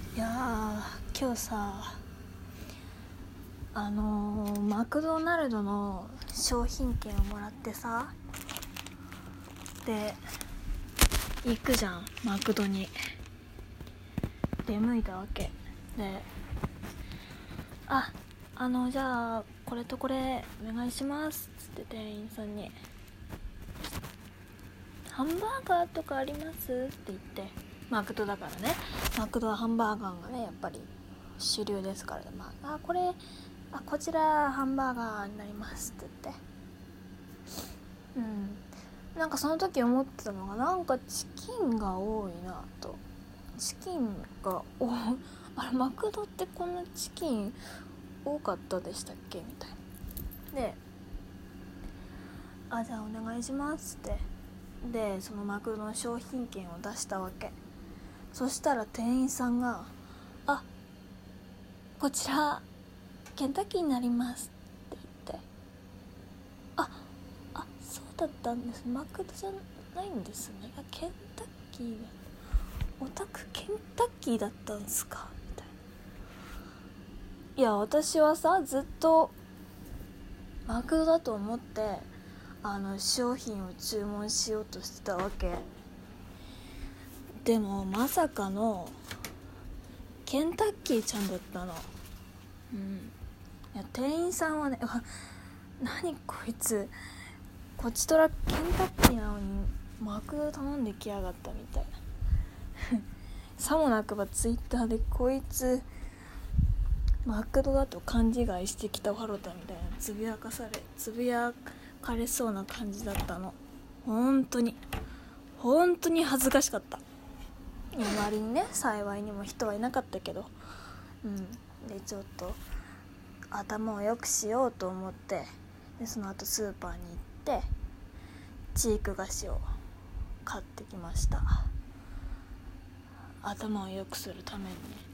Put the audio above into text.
いや今日さマクドナルドの商品券をもらってさ、で行くじゃん、マクドに出向いたわけで、じゃあこれとこれお願いしますっつって店員さんに、ハンバーガーとかありますって言って、マクドだからね、マクドはハンバーガーがねやっぱり主流ですから、こちらハンバーガーになりますって言って、なんかその時思ってたのが、なんかチキンが多いなと。チキンがマクドってこんなチキン多かったでしたっけみたいな。で、じゃあお願いしますってで、そのマクドの商品券を出したわけ。そしたら店員さんが、こちらケンタッキーになりますって言って、そうだったんです、マクドじゃないんですね、ケンタッキーだ、オタクケンタッキーだったんですかみたいな。いや私はさ、ずっとマクドだと思って商品を注文しようとしてたわけ。でもまさかのケンタッキーちゃんだったの。いや店員さんはね、何こいつ、こっちとらケンタッキーなのにマクド頼んできやがったみたいなさもなくばツイッターで、こいつマクドだと勘違いしてきたワロタみたいなつぶやかれそうな感じだったの。本当に恥ずかしかった。周りにね、幸いにも人はいなかったけど、でちょっと頭を良くしようと思って、でその後スーパーに行ってチーク菓子を買ってきました。頭を良くするためにね。